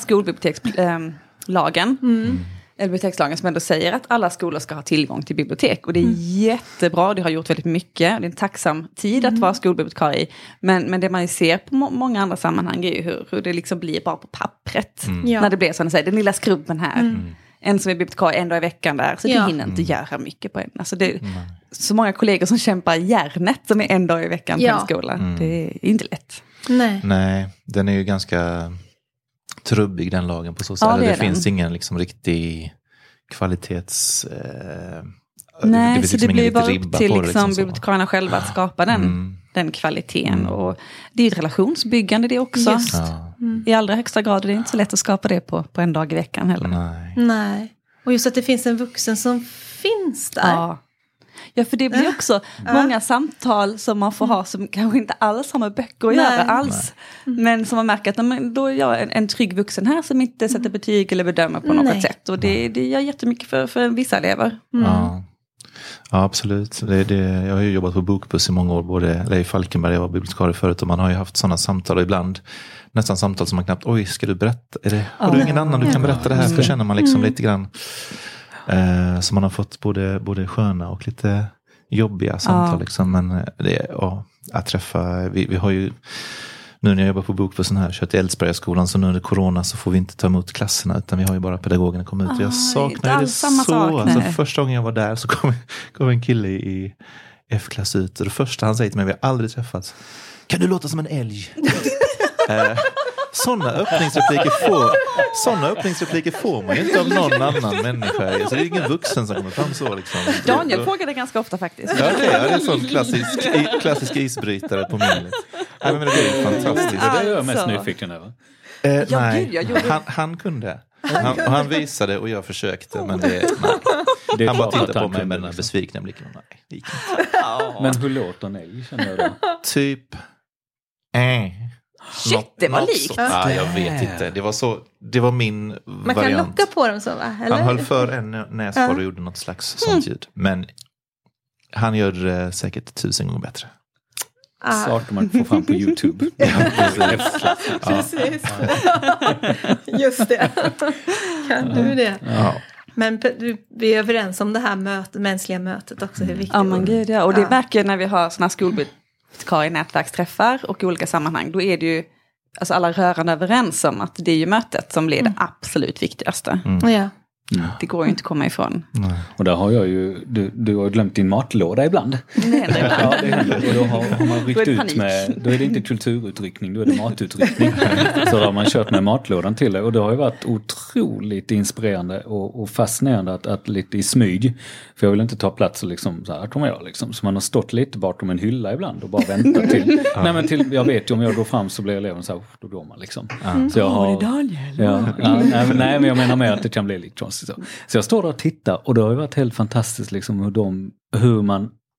skolbibliotekslagen. Äh, mm. bibliotekslagen som ändå säger att alla skolor ska ha tillgång till bibliotek. Och det är mm. jättebra, det har gjort väldigt mycket. Det är en tacksam tid mm. att vara skolbibliotekarie i. Men, men det man ju ser på må- många andra sammanhang är ju hur, hur det liksom blir bara på pappret. Mm. Ja. När det blir som att säga, den lilla skrubben här. Mm. En som är bibliotekarie en dag i veckan där. Så ja. det hinner inte mm. göra mycket på en. Alltså det är mm. så många kollegor som kämpar järnet som är en dag i veckan ja. på en skola. Mm. Det är inte lätt. Nej. Nej, den är ju ganska trubbig den lagen på så sätt. Ja, det, det finns ingen liksom riktig kvalitets... Eh, Nej, det, det så liksom det blir bara upp till liksom, liksom bibliotekarierna själva att skapa den, mm. den kvaliteten. Mm. Och det är ett relationsbyggande det också. Just. Ja. Mm. I allra högsta grad. Det är inte så lätt att skapa det på, på en dag i veckan heller. Nej. Nej. Och just att det finns en vuxen som finns där. Ja. Ja, för det blir också äh. många samtal som man får ha som kanske inte alls har med böcker att Nej. göra alls. Nej. Men som man märker att men, då är jag en, en trygg vuxen här som inte sätter betyg eller bedömer på något Nej. sätt. Och det, det gör jättemycket för, för vissa elever. Mm. Ja. ja, absolut. Det, det, jag har ju jobbat på Bokbuss i många år. Både Leif Falkenberg, jag var bibliotekarie förut. Och man har ju haft sådana samtal och ibland nästan samtal som man knappt, oj, ska du berätta? Är det, har du ingen annan du kan berätta det här? Så känner man liksom mm. lite grann. Eh, så man har fått både, både sköna och lite jobbiga samtal ja. liksom, men det är ja, att träffa, vi, vi har ju nu när jag jobbar på Bokbussen här, kört i Eldsbergaskolan, så nu under corona så får vi inte ta emot klasserna utan vi har ju bara pedagogerna komma ut. Ah, jag saknar det så. Alltså, första gången jag var där så kom, kom en kille i F-klass ut och det första han säger till mig, vi har aldrig träffats. Kan du låta som en älg? eh, Sådana öppningsrepliker får sådana öppningsrepliker får man ju inte av någon annan människa. Så det är ingen vuxen som kommer fram så liksom. Daniel frågar det ganska ofta faktiskt. Ja, okay, ja, det är en sån klassisk, klassisk isbrytare på minnet. Ja, men det är fantastiskt. Det är jag mest nyfiken över. Eh, ja, nej, gud, jag han, han kunde. Han, han visade och jag försökte, men det, nej. Det han bara tittade på mig med den här besvikna blicken. Nej, det gick inte. Men hur låter ni, känner jag då? Typ eh. Shit, det var likt. Ja, jag vet inte. Det var så, det var min Man variant. Man kan locka på dem så, va? Eller? Han höll för en näsborr och gjorde något slags sånt ljud. Men han gör det säkert tusen gånger bättre. Ah. Saker man får fram på YouTube. Ja, precis. precis. Just det. Kan du det? Ja. Men vi är överens om det här mötet, mänskliga mötet också. Hur viktigt ja, men gud, ja. Och det märker när vi har såna skolbibliotek i nätverksträffar och i olika sammanhang, då är det ju alltså alla rörande överens om att det är ju mötet som blir det mm. absolut viktigaste. Mm. Ja. Mm. Det går ju inte att komma ifrån. Nej. Och där har jag ju, du, du har glömt din matlåda ibland. Det händer ibland. Ja, det händer. Och då har, har man ryckt ut med, då är det inte kulturutryckning, då är det matutryckning. Så då har man kört med matlådan till det. Och det har ju varit otroligt inspirerande och, och fascinerande att, att lite i smyg. För jag vill inte ta plats och liksom, så här kommer jag liksom. Så man har stått lite bakom en hylla ibland och bara väntat till. Ja. Nej, men till, jag vet ju om jag går fram så blir eleven så här, då går man liksom. Mm. Så jag har, oh, det är Daniel. Ja, ja, nej, men, nej, men jag menar med att det kan bli lite konstigt. Så. så jag står där och tittar och det har ju varit helt fantastiskt liksom hur, de, hur man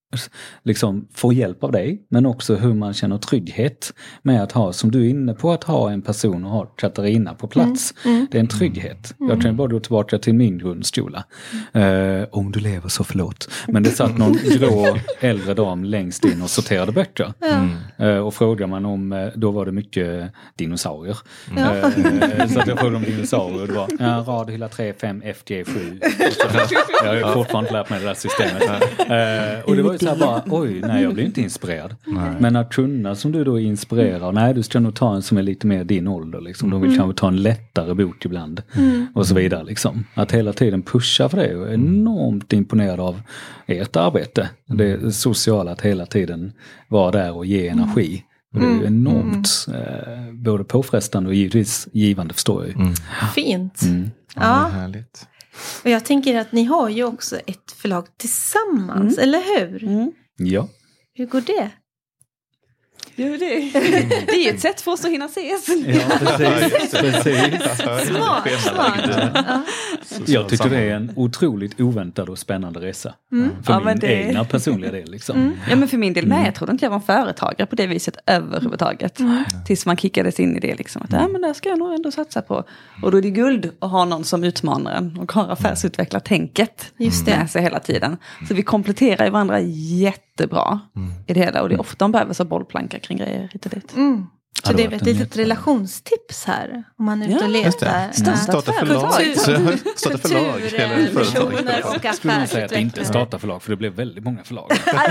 liksom få hjälp av dig, men också hur man känner trygghet med att ha, som du är inne på, att ha en person och ha Katarina på plats. Mm. Mm. Det är en trygghet. Mm. Jag kan bara gå tillbaka till min grundskola. Mm. Uh, om du lever så förlåt. Men det satt någon grå äldre dam längst in och sorterade böcker. Mm. Uh, och frågar man om, då var det mycket dinosaurier. Mm. Uh, så att jag frågade om dinosaurier och det var ja, rad hylla tre, fem, F G sju. Jag har fortfarande lärt mig det där systemet. Uh, och det var ju så här bara, oj, nej jag blir inte inspirerad. Nej. Men att kunna som du då inspirerar, nej du ska nog ta en som är lite mer din ålder liksom. De vill mm. kanske ta en lättare bok ibland. Mm. Och så vidare liksom. Att hela tiden pusha för det. Jag är enormt imponerad av ert arbete. Det sociala, att hela tiden vara där och ge energi. Och det är ju enormt eh, både påfrestande och givetvis givande, förstår jag ju. Mm. Fint. Mm. Ja, ja. Härligt. Och jag tänker att ni har ju också ett förlag tillsammans, mm. eller hur? Mm. Ja. Hur går det? Jo, det, det är ju ett sätt för oss att hinna ses. Ja, precis. precis. Smart, smart. Ja. Jag tycker det är en otroligt oväntad och spännande resa. Mm. För ja, min det... egna personliga del. Liksom. Mm. Ja, men för min del med. Jag trodde inte jag var en företagare på det viset överhuvudtaget. Mm. Tills man kickades in i det. Liksom, att ja, men det ska jag nog ändå satsa på. Och då är det guld att ha någon som utmanar en och har affärsutvecklat tänket Just det. Med sig hela tiden. Så vi kompletterar varandra jättebra mm. i det hela. Och det är ofta de behöver så bollplankar kring grejer hit och dit. Mm. Så det är ett litet relationstips här. Om man är ute och letar. Starta förlag. Starta förlag. Personer och affärsutvecklare. Skulle man säga att inte starta förlag, för det blev väldigt många förlag.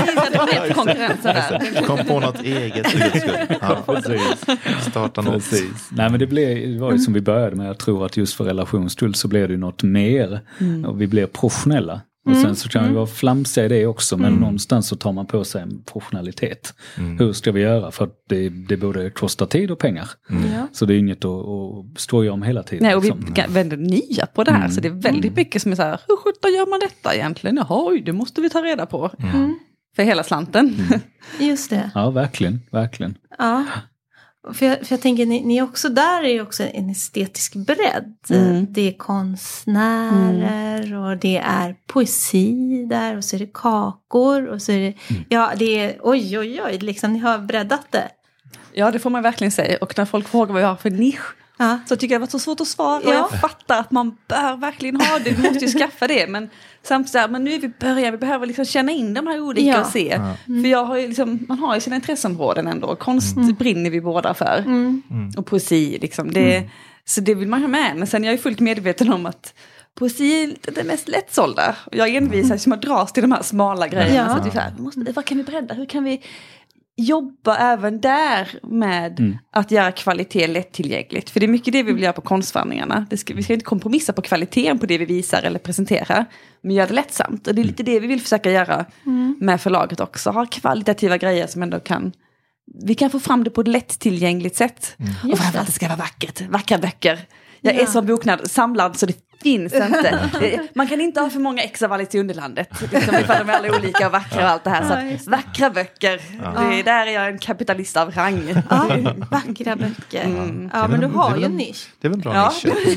Kom på något eget. Ja, precis. Starta något. Precis. Nej, men det, blev, det var ju som vi började med. Jag tror att just för relationsskull så blev det ju något mer. Mm. Och vi blev professionella. Och sen så kan vi vara flamsiga i det också, men mm. någonstans så tar man på sig en professionalitet. Mm. Hur ska vi göra? För att det, det både kostar tid och pengar. Mm. Så det är inget att, att stå om hela tiden. Nej, och liksom. Vi är väldigt nya på det här, mm. så det är väldigt mm. mycket som är så här, hur sjutton gör man detta egentligen? Jaha, oj, det måste vi ta reda på. Mm. För hela slanten. Mm. Just det. Ja, verkligen, verkligen. Ja. För jag, för jag tänker, ni, ni också där är ju också en estetisk bredd. Mm. Det är konstnärer mm. och det är poesi där och så är det kakor och så är det, mm. ja det är, oj oj oj, liksom ni har breddat det. Ja, det får man verkligen säga. Och när folk frågar vad jag har för nisch, ja. så tycker jag det var så svårt att svara. Ja. Och jag fattar att man bör verkligen ha det, vi måste ju skaffa det. Men samtidigt så här, men nu är vi början, vi behöver liksom känna in de här olika ja. och se. Ja. Mm. För jag har ju liksom, man har ju sina intresseområden ändå. Konst mm. brinner vi båda för. Mm. Och poesi liksom. Det, mm. Så det vill man ha med. Men sen är jag ju fullt medveten om att poesi är det mest lättsålda. Och jag envisas som att dras till de här smala grejerna. Ja. Så att vi så här, måste, vad kan vi bredda? Hur kan vi jobba även där med mm. att göra kvalitet lättillgängligt. För det är mycket det vi vill göra på konstförhandlingarna. Det ska, vi ska inte kompromissa på kvaliteten på det vi visar eller presenterar. Men göra det lättsamt. Och det är lite det vi vill försöka göra mm. med förlaget också. Ha kvalitativa grejer som ändå kan... Vi kan få fram det på ett lättillgängligt sätt. Mm. Och framförallt det ska vara vackert. Vackra böcker. Jag ja. är så boknad, samlad så det finns inte. Man kan inte ha för många ex av Alice i Underlandet. Liksom, ifall de är alla olika och vackra och allt det här. Så vackra böcker. Ja. Det, där är jag en kapitalist av rang. Ja, vackra böcker. Mm. Ja, men du har ju en nisch. Det är väl en bra ja.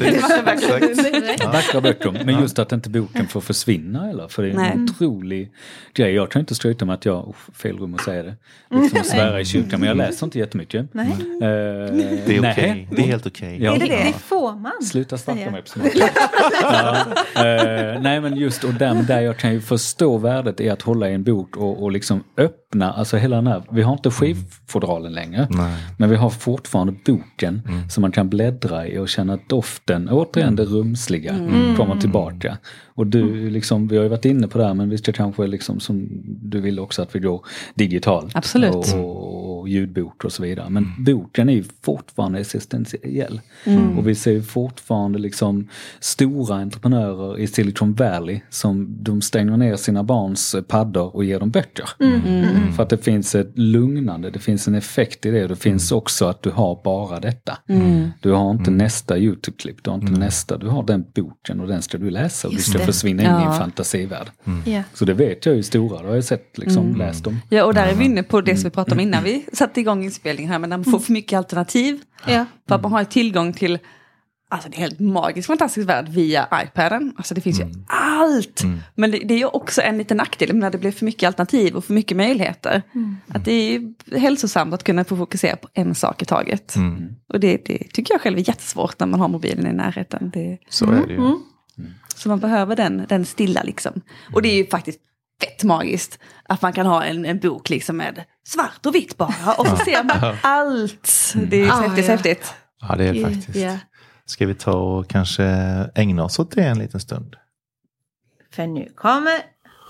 nisch. Ja. Vackra böcker. Men just att inte boken får försvinna. Eller? För det är en Nej. otrolig grej. Jag kan inte skryta med att jag, oh, fel rum att säga det. Liksom att svära i kyrkan. Men jag läser inte jättemycket. Nej. Uh, det är okej. Okay. Det är helt okej. Okay. Ja. Är det det? Det får man. Sluta starta mig på smått. ja. uh, nej men just och där, där jag kan ju förstå värdet i att hålla i en bok och, och liksom öppna, alltså hela den här, vi har inte skivfodralen längre, nej. men vi har fortfarande boken mm. som man kan bläddra i och känna doften, återigen det rumsliga mm. kommer tillbaka. Och du liksom, vi har ju varit inne på det här, men vi ska kanske liksom som du vill också att vi går digitalt. Absolut. Och, och ljudbok och så vidare. Men mm. boken är ju fortfarande existentiell. Mm. Och vi ser ju fortfarande liksom stora entreprenörer i Silicon Valley som de stänger ner sina barns paddor och ger dem böcker. Mm. Mm. För att det finns ett lugnande, det finns en effekt i det. Det finns också att du har bara detta. Mm. Du har inte mm. nästa YouTube-klipp, du har inte mm. nästa, du har den boken och den ska du läsa och Just du ska det. försvinna in ja. i en fantasivärld. Mm. Yeah. Så det vet jag ju stora, det har jag sett liksom, mm. läst om. Ja, och där är vi inne på det som vi pratade om innan vi satte igång inspelningen här, men när man får för mycket alternativ, ja. för att man har tillgång till Alltså det är helt magiskt fantastisk värld via iPaden. Alltså det finns mm. ju allt. Mm. Men det, det är ju också en liten nackdel när det blir för mycket alternativ och för mycket möjligheter. Mm. Att det är hälsosamt att kunna få fokusera på en sak i taget. Mm. Och det, det tycker jag själv är jättesvårt när man har mobilen i närheten. Det, så är det ju. Mm. Mm. Så man behöver den, den stilla liksom. Och det är ju faktiskt fett magiskt att man kan ha en, en bok liksom med svart och vitt bara. Och så ser man allt. Det är ju ah, häftigt, ja. häftigt. Ja, det är det faktiskt. Yeah. Ska vi ta och kanske ägna oss åt det en liten stund? För nu kommer...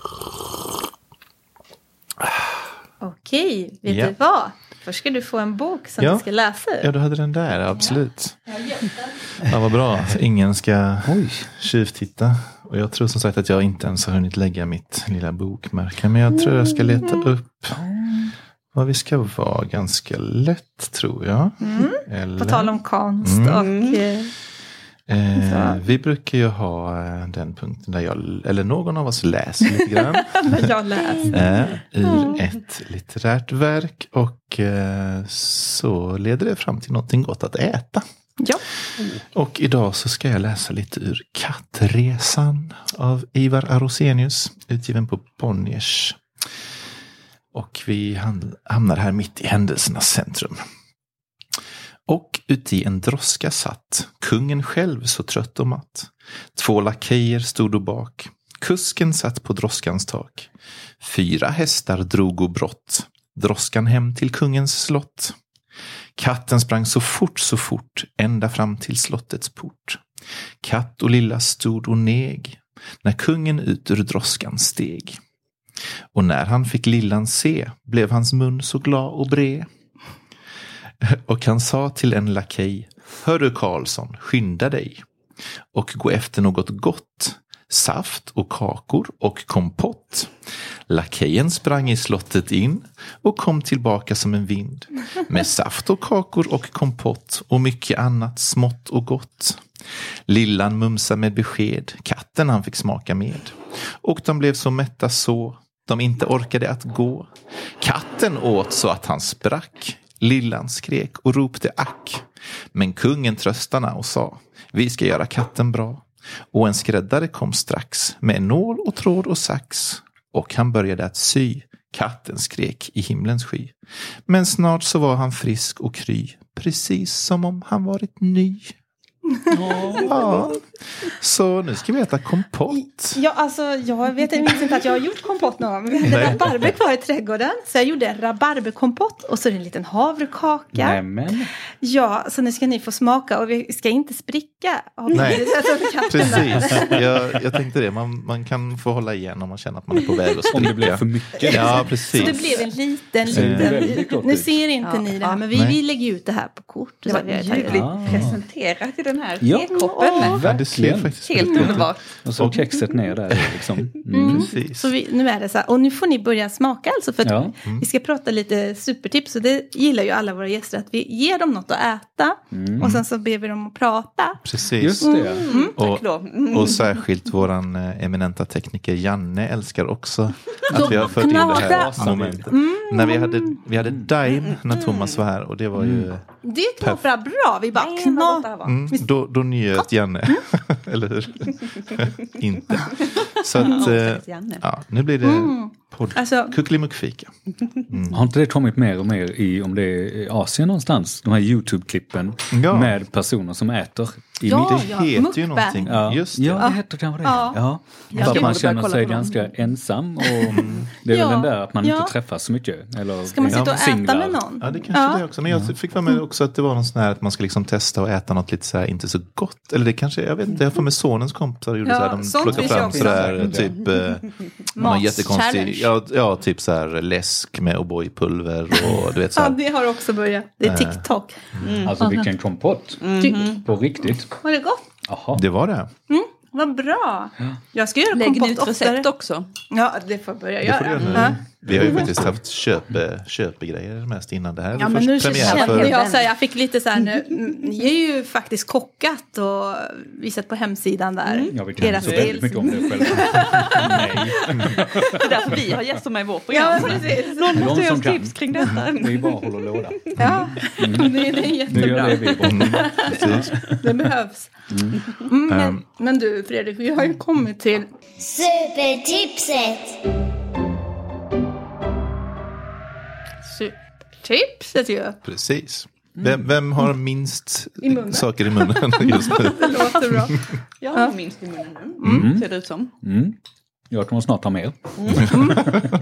Okej, vet ja. du vad? Först ska du få en bok som ja. du ska läsa ur. Ja, du hade den där, absolut. Ja, ja vad bra. Så ingen ska Oj. tjuvtitta. Och jag tror som sagt att jag inte ens har hunnit lägga mitt lilla bokmärke. Men jag tror jag ska leta upp vad vi ska vara. Ganska lätt, tror jag. Mm. Eller... På tal om konst mm. och... Eh, vi brukar ju ha den punkten där jag, eller någon av oss läser lite grann. jag läser. Eh, ur ett litterärt verk och eh, så leder det fram till någonting gott att äta. Ja. Och idag så ska jag läsa lite ur Kattresan av Ivar Arosenius, utgiven på Bonniers. Och vi hamnar här mitt i händelsernas centrum. Och uti en droska satt, kungen själv så trött och matt. Två lakejer stod och bak, kusken satt på droskans tak. Fyra hästar drog och brott, droskan hem till kungens slott. Katten sprang så fort, så fort, ända fram till slottets port. Katt och lilla stod och neg, när kungen ut ur droskan steg. Och när han fick lillan se, blev hans mun så glad och bred. Och han sa till en lakej: hör du Karlsson, skynda dig och gå efter något gott, saft och kakor och kompott. Lakejen sprang i slottet in och kom tillbaka som en vind med saft och kakor och kompott och mycket annat smått och gott. Lillan mumsa med besked, katten han fick smaka med, och de blev så mätta så de inte orkade att gå. Katten åt så att han sprack. Lillan skrek och ropte ack. Men kungen tröstarna och sa: vi ska göra katten bra. Och en skräddare kom strax med nål och tråd och sax. Och han började att sy. Katten skrek i himlens sky. Men snart så var han frisk och kry, precis som om han varit ny. Oh. Ja. Så nu ska vi äta kompott. Ja, alltså jag vet inte att jag har gjort kompott någon gång. Vi hade rabarber kvar i trädgården, så jag gjorde en rabarberkompott och så en liten havrekaka. Nämen. Ja, så nu ska ni få smaka och vi ska inte spricka. Nej, precis. Jag, jag tänkte det, man, man kan få hålla igen om man känner att man är på väg att spricka. Om det blir för mycket. Ja, precis. Så det blev en liten, liten. Nu ser inte ja. ni det här, men vi, vi lägger ut det här på kort. Det var ljuvligt ah. presenterat i den här tekoppen. Ja, det ser faktiskt helt underbart. Och så kexet ner där liksom. Mm. Mm. Precis. Så vi, nu är det så här, och nu får ni börja smaka alltså, för att ja. mm. vi ska prata lite supertips, och det gillar ju alla våra gäster, att vi ger dem något att äta mm. och sen så ber vi dem att prata. Precis. Just det. Mm. Och, mm. och särskilt våran eh, eminenta tekniker Janne älskar också att vi har fört in det här momentet. Mm. När vi hade, vi hade Daim när Thomas var här, och det var ju... Det knaprar bra, vi bara knaprar. Mm. Då, då njöt Janne. Mm. Eller hur? Inte. Så att, eh, ja, nu blir det mm. podd. Alltså, kuckelimuckfika. Mm. Har inte det kommit mer och mer i, om det är Asien någonstans, de här YouTube-klippen ja. med personer som äter i ja, mitt. Det ja. heter Mukbang. ju någonting. Ja, Just det. ja, det heter kanske det. Ja. Ja. Ja. För att man känner sig ganska dem. ensam, och det är ja. väl den där att man ja. inte träffas så mycket. Eller ska man sitta och singlar. äta med någon? Ja, det kanske ja. det också. Men jag fick vara med också att det var någon sån här att man ska liksom testa och äta något lite så här, inte så gott. Eller det kanske, jag vet inte, jag får med sonens kompisar gjorde ja, så här, de plockade fram så där typ eh, någon jättekonstig, ja, ja, typ så här läsk med O'boy-pulver och du vet så här. Ja, det har också börjat. Det är TikTok. Mm. Alltså vilken kompott. Mm. På riktigt. Var det gott? Aha. Det var det. Mm. Vad bra. Ja. Jag ska göra Lägg kompott ut recept också. Ja, det får jag börja göra. Det får du göra. Vi har ju faktiskt haft köpe, köpegrejer mest innan det här. Ja, men nu känner för... jag så här, jag fick lite så här nu, ni är ju faktiskt kockat och visat på hemsidan där. Mm. Ja, vi kan inte så väldigt mycket om det själv. Nej. Det är därför vi har gäster med i vårt program. Ja, precis. Någon måste ge oss kan. tips kring detta. Vi bara håller låda. Ja, mm. det, det är jättebra. Det gör det vi bara. Mm, det behövs. Mm. Mm, men, um. men du Fredrik, vi har ju kommit till Supertipset. Supertipset ju. Precis. Vem, vem har minst I saker i munnen just nu? Det låter bra. Jag har minst i munnen nu. Mm. Ser det ut som. Mm. Jag kommer snart ha mer. Mm.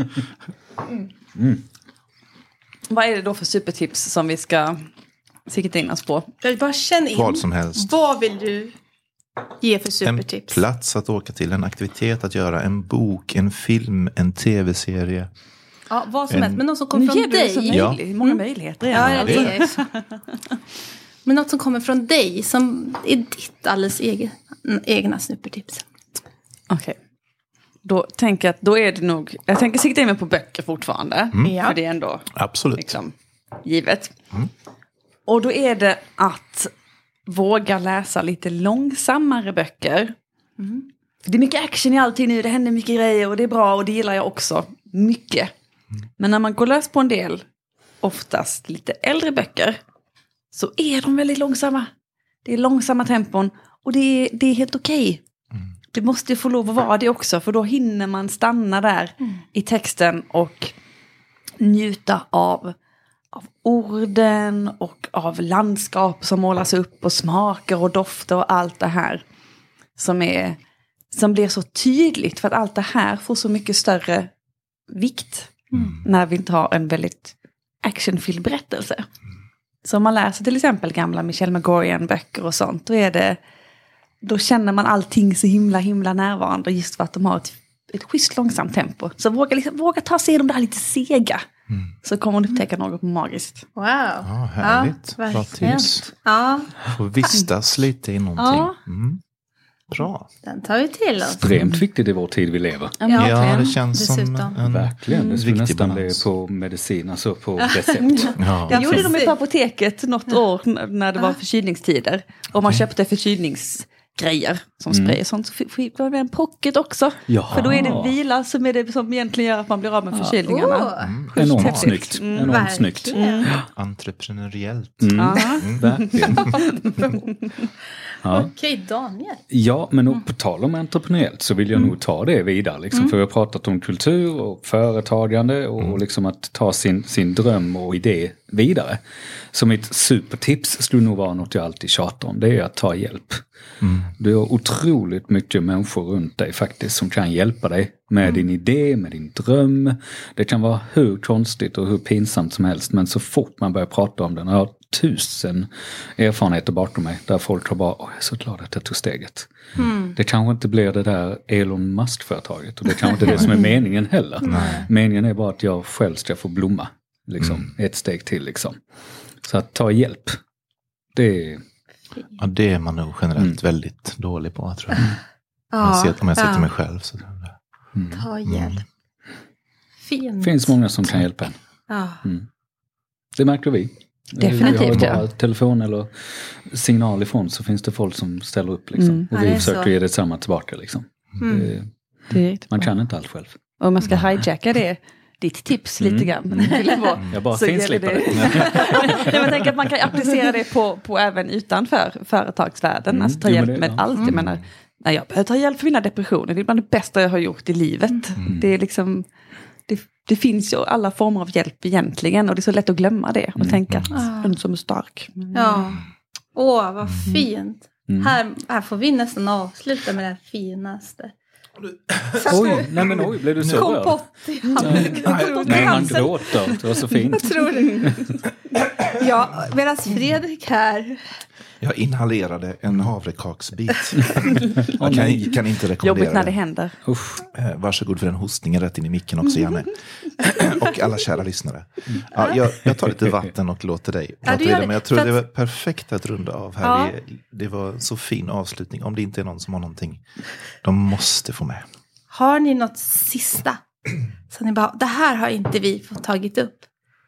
Mm. Mm. Vad är det då för supertips som vi ska sikta in oss på? Jag bara känner in. Vad som helst. Vad vill du ge för supertips? En plats att åka till, en aktivitet att göra, en bok, en film, en tv-serie. Ja, vad som en... helst. Men något som kommer från dig. Så ja. möjligt. Många möjligheter. Ja, Ja, det är. Men något som kommer från dig som är ditt alldeles egen, egna supertips. Okej. Okay. Då tänker jag att då är det nog, jag tänker sikta in mig på böcker fortfarande. Mm. För det är ändå absolut liksom, givet. Mm. Och då är det att våga läsa lite långsammare böcker. Mm. För det är mycket action i allting nu, det händer mycket grejer och det är bra och det gillar jag också. Mycket. Mm. Men när man går lös på en del, oftast lite äldre böcker, så är de väldigt långsamma. Det är långsamma tempon och det är, det är helt okej. Mm. Det måste få lov att vara det också, för då hinner man stanna där mm. i texten och njuta av, av orden och av landskap som målas upp och smaker och dofter och allt det här som, är, som blir så tydligt, för att allt det här får så mycket större vikt mm. när vi inte har en väldigt actionfylld berättelse. Mm. Så om man läser till exempel gamla Michelle Magorian-böcker och sånt, då är det, då känner man allting så himla himla närvarande just för att de har ett, ett schysst långsamt tempo. Så våga, liksom, våga ta sig igenom det här lite sega. Mm. Så kommer man upptäcka något magiskt. Wow. Ja, härligt. Ja, bra tips. Ja. Få vistas lite i någonting. Ja. Mm. Bra. Den tar vi till oss. Extremt viktigt i vår tid vi lever. Ja, ja det känns dessutom. som en verkligen. Det skulle nästan det på medicin, alltså på recept. Ja. Jag gjorde de på apoteket något år när det var förkylningstider. Och man köpte förkylningsgrejer som spray och sånt. Så fick man med en pocket också. Jaha. För då är det vila som är det som egentligen gör att man blir av med ja. förkylningarna. Oh. Mm. Enormt snyggt. Mm. Enormt Verkligen. snyggt. Mm. Entreprenöriellt. Mm. Mm. Verkligen. Ja. Okej, Daniel. Ja, men mm. på tal om entreprenöriellt så vill jag mm. nog ta det vidare. Liksom, mm. För vi har pratat om kultur och företagande och, mm. och liksom att ta sin, sin dröm och idé vidare. Så mitt supertips skulle nog vara något jag alltid tjatar om. Det är att ta hjälp. Mm. Du har otroligt mycket människor runt dig faktiskt som kan hjälpa dig med mm. din idé, med din dröm. Det kan vara hur konstigt och hur pinsamt som helst, men så fort man börjar prata om den, jag har tusen erfarenheter bakom mig där folk har bara, åh, jag är så glad att jag tog steget. Mm. Det kanske inte blir det där Elon Musk-företaget och det kanske inte är det som är meningen heller. Nej. Meningen är bara att jag själv ska få blomma liksom, mm. ett steg till liksom. Så att ta hjälp, det är... Ja, det är man nog generellt mm. väldigt dålig på, tror jag. Ja, jag ser, om jag ser till ja. mig själv. Så mm. Ta hjälp. Mm. Fint. Det finns många som kan hjälpa en. Ja. Mm. Det märker vi. Definitivt, jag har bara telefon eller signal ifrån så finns det folk som ställer upp. Liksom. Mm. Och vi ja, försöker så. ge det samma tillbaka. Liksom. Mm. Det, det man kan inte allt själv. Och man ska hijacka det. Ditt tips lite grann. Mm. Jag bara finslipar det. det. Jag tänker att man kan applicera det på, på även utanför företagsvärlden. Mm. Alltså ta hjälp med, med ja. allt. Mm. Jag menar, när jag behöver ta hjälp för mina depressioner. Det är bland det bästa jag har gjort i livet. Mm. Det är liksom... Det, det finns ju alla former av hjälp egentligen. Och det är så lätt att glömma det. Och mm. tänka att mm. den som är stark. Mm. Ja. Åh, vad fint. Mm. Här, här får vi nästan avsluta med det finaste. Oj, nej men oj, blev du så rörd? Kompott i halsen. Nej, han gråter. Det var så fint. Jag tror det. Ja, medan Fredrik här... Jag inhalerade en havrekaksbit. Jag kan, kan inte rekommendera Jobbigt när det händer. Usch. Varsågod för den hostningen rätt in i micken också, Janne. Och alla kära lyssnare. Ja, jag, jag tar lite vatten och låter dig prata vidare. Men jag tror att det var perfekt att runda av här. Ja. Det, det var så fin avslutning. Om det inte är någon som har någonting, de måste få med. Har ni något sista Så ni bara, det här har inte vi fått tagit upp.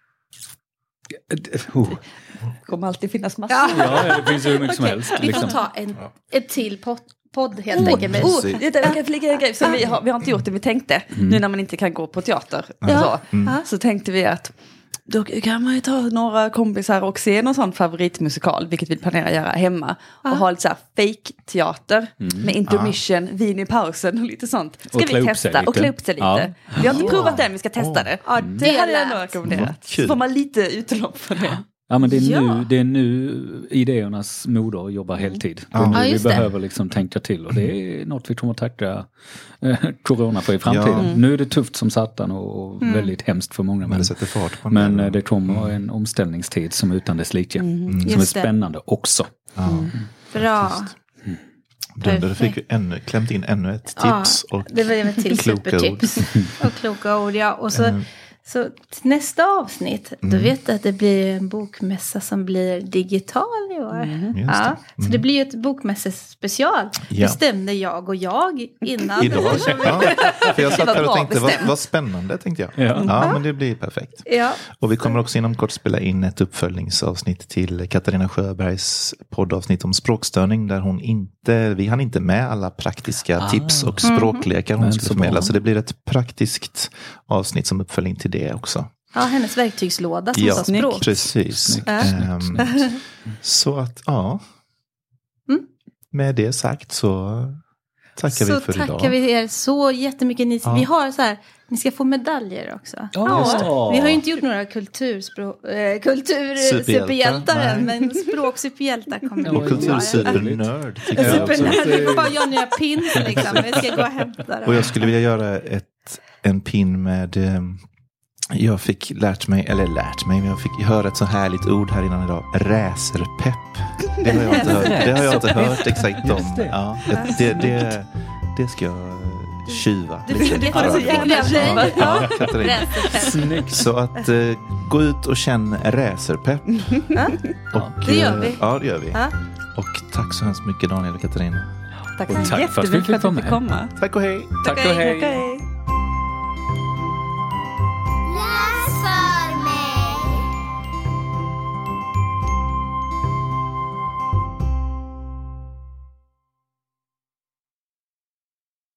Oh. Det kommer alltid finnas massor. Ja. Ja, det finns ju hur mycket som Okej, helst. vi får Liksom. ta en, en till podd, podd helt Oh, enkelt. Med. oh, det är en flika grej som vi har, vi har inte gjort det vi tänkte. Mm. Nu när man inte kan gå på teater. Ja. Så, Mm. så tänkte vi att då kan man ju ta några kompisar och se någon sån favoritmusikal, vilket vi planerar att göra hemma. Och ha lite så här fake-teater med intermission, vin i pausen och lite sånt. Ska Och vi klä upp sig testa och lite. klä upp sig lite. Ja. Vi har inte provat det, vi ska testa det. Ja, Det det hade jag nog lät. rekommenderat. Kul. Så får man lite utlopp för det. Ja, men det är, Ja. nu, det är nu idéernas moder jobbar heltid. Det är nu Ja, vi just det. behöver liksom tänka till och det är något vi kommer att tacka eh, corona för i framtiden. Ja. Nu är det tufft som satan och Mm. väldigt hemskt för många. Men Men, det sätter fart på den men där. eh, det kommer en omställningstid som utan dess like. Som är Just det. spännande också. Ja. Bra. Dunder, du fick vi Perfekt. ännu, klämt in ännu ett tips. Ja, och det var ett till kloka supertips. Och kloka ord, ja. Och så, så till nästa avsnitt, då vet du att det blir en bokmässa som blir digital i år. Just Ja, det. så det blir ju ett bokmässespecial. Ja. Bestämde jag och jag innan. Idag, ja. För jag satt Det var här och bra tänkte, vad, bestämt. vad spännande tänkte jag. Ja. Ja, men det blir perfekt. Ja, Och vi kommer också inom kort spela in ett uppföljningsavsnitt till Katarina Sjöbergs poddavsnitt om språkstörning där hon inte, vi hann inte med alla praktiska tips och språklekar hon Men skulle så förmedla. bra. Så det blir ett praktiskt avsnitt som uppföljning till det också. ja, hennes verktygslåda som Ja, sa språk. precis. Ja. Ehm, så att, ja. Mm. Med det sagt så tackar Så vi för tackar idag. vi er så jättemycket. Ni, Ja. Vi har så här, ni ska få medaljer också. Ja. Vi har ju inte gjort några kulturspråk, äh, kultursuperhjältar Nej. än, men språksuperhjältar kommer Ja, vi Och att kultursupernörd tycker jag också. Supernörd, vi får bara göra nya pins liksom. Vi ska gå och hämta det. Och jag skulle vilja göra ett, en pin med, eh, jag fick lärt mig, eller lärt mig, men jag fick höra ett så härligt ord här innan idag. Räserpepp. Det har jag inte hört, det har jag inte hört exakt om. Just det. Ja, det, det, det, det ska jag tjuva. Det, lite. det får du så Ja. gärna dig. Ja, Katarina. Räserpepp. Snyggt. Så att eh, gå ut och känn räserpepp. Ja, Och, det gör eh, vi. Ja, det gör vi. Ja. Och tack så hemskt mycket Daniel och Katarina. Tack Och så tack för att vi jättemycket fick för att vara du fick med. komma. Tack och hej. Tack och hej. Tack och hej.